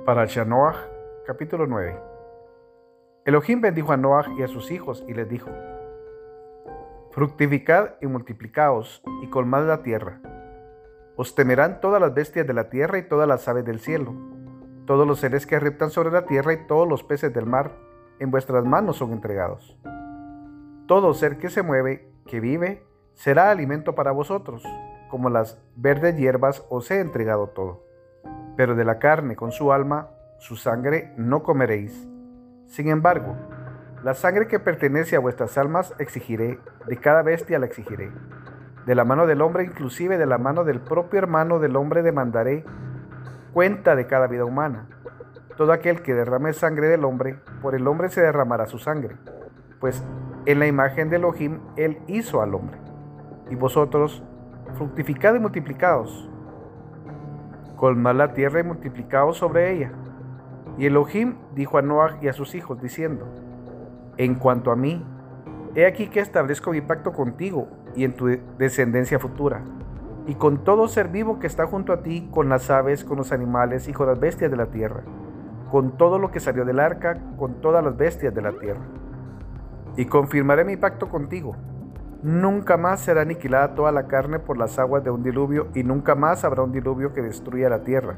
Parashat Noach, capítulo 9. Elohim bendijo a Noach y a sus hijos y les dijo: fructificad y multiplicaos y colmad la tierra. Os temerán todas las bestias de la tierra y todas las aves del cielo. Todos los seres que reptan sobre la tierra y todos los peces del mar en vuestras manos son entregados. Todo ser que se mueve, que vive, será alimento para vosotros. Como las verdes hierbas os he entregado todo. Pero de la carne con su alma, su sangre no comeréis. Sin embargo, la sangre que pertenece a vuestras almas exigiré, de cada bestia la exigiré. De la mano del hombre, inclusive de la mano del propio hermano del hombre, demandaré cuenta de cada vida humana. Todo aquel que derrame sangre del hombre, por el hombre se derramará su sangre, pues en la imagen de Elohim él hizo al hombre. Y vosotros, fructificad y multiplicaos, colmad la tierra y multiplicaos sobre ella. Y Elohim dijo a Noach y a sus hijos, diciendo: en cuanto a mí, he aquí que establezco mi pacto contigo y en tu descendencia futura, y con todo ser vivo que está junto a ti, con las aves, con los animales y con las bestias de la tierra, con todo lo que salió del arca, con todas las bestias de la tierra. Y confirmaré mi pacto contigo. Nunca más será aniquilada toda la carne por las aguas de un diluvio, y nunca más habrá un diluvio que destruya la tierra.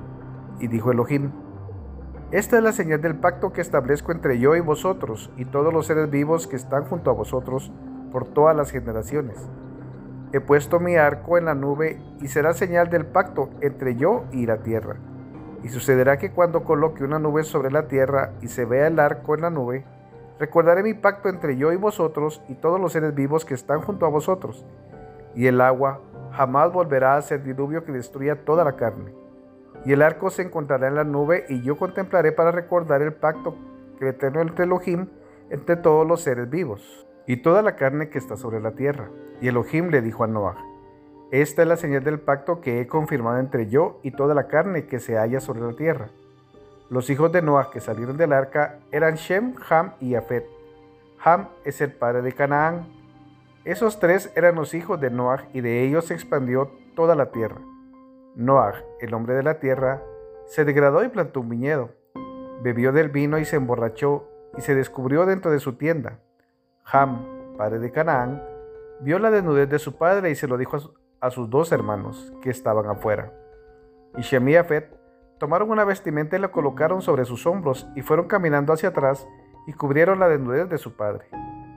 Y dijo Elohim: esta es la señal del pacto que establezco entre yo y vosotros y todos los seres vivos que están junto a vosotros por todas las generaciones. He puesto mi arco en la nube y será señal del pacto entre yo y la tierra. Y sucederá que cuando coloque una nube sobre la tierra y se vea el arco en la nube, recordaré mi pacto entre yo y vosotros y todos los seres vivos que están junto a vosotros. Y el agua jamás volverá a ser diluvio que destruya toda la carne. Y el arco se encontrará en la nube, y yo contemplaré para recordar el pacto que eterno entre Elohim, entre todos los seres vivos, y toda la carne que está sobre la tierra. Y Elohim le dijo a Noach: esta es la señal del pacto que he confirmado entre yo y toda la carne que se halla sobre la tierra. Los hijos de Noach que salieron del arca eran Shem, Ham y Jafet. Ham es el padre de Canaán. Esos tres eran los hijos de Noach, y de ellos se expandió toda la tierra. Noach, el hombre de la tierra, se degradó y plantó un viñedo. Bebió del vino y se emborrachó, y se descubrió dentro de su tienda. Ham, padre de Canaán, vio la desnudez de su padre y se lo dijo a sus dos hermanos, que estaban afuera. Y Shem y Jafet tomaron una vestimenta y la colocaron sobre sus hombros, y fueron caminando hacia atrás, y cubrieron la desnudez de su padre.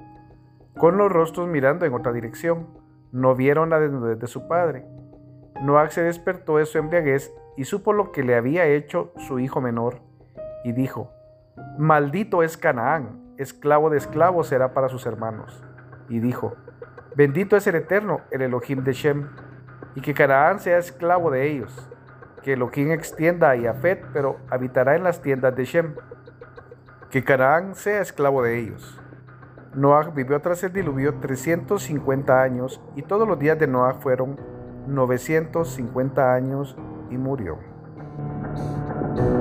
Con los rostros mirando en otra dirección, no vieron la desnudez de su padre. Noach se despertó de su embriaguez y supo lo que le había hecho su hijo menor, y dijo: maldito es Canaán, esclavo de esclavos será para sus hermanos. Y dijo: bendito es el Eterno, el Elohim de Shem, y que Canaán sea esclavo de ellos. Que Elohim extienda a Jafet, pero habitará en las tiendas de Shem. Que Canaán sea esclavo de ellos. Noach vivió tras el diluvio 350 años, y todos los días de Noach fueron 950 años, y murió.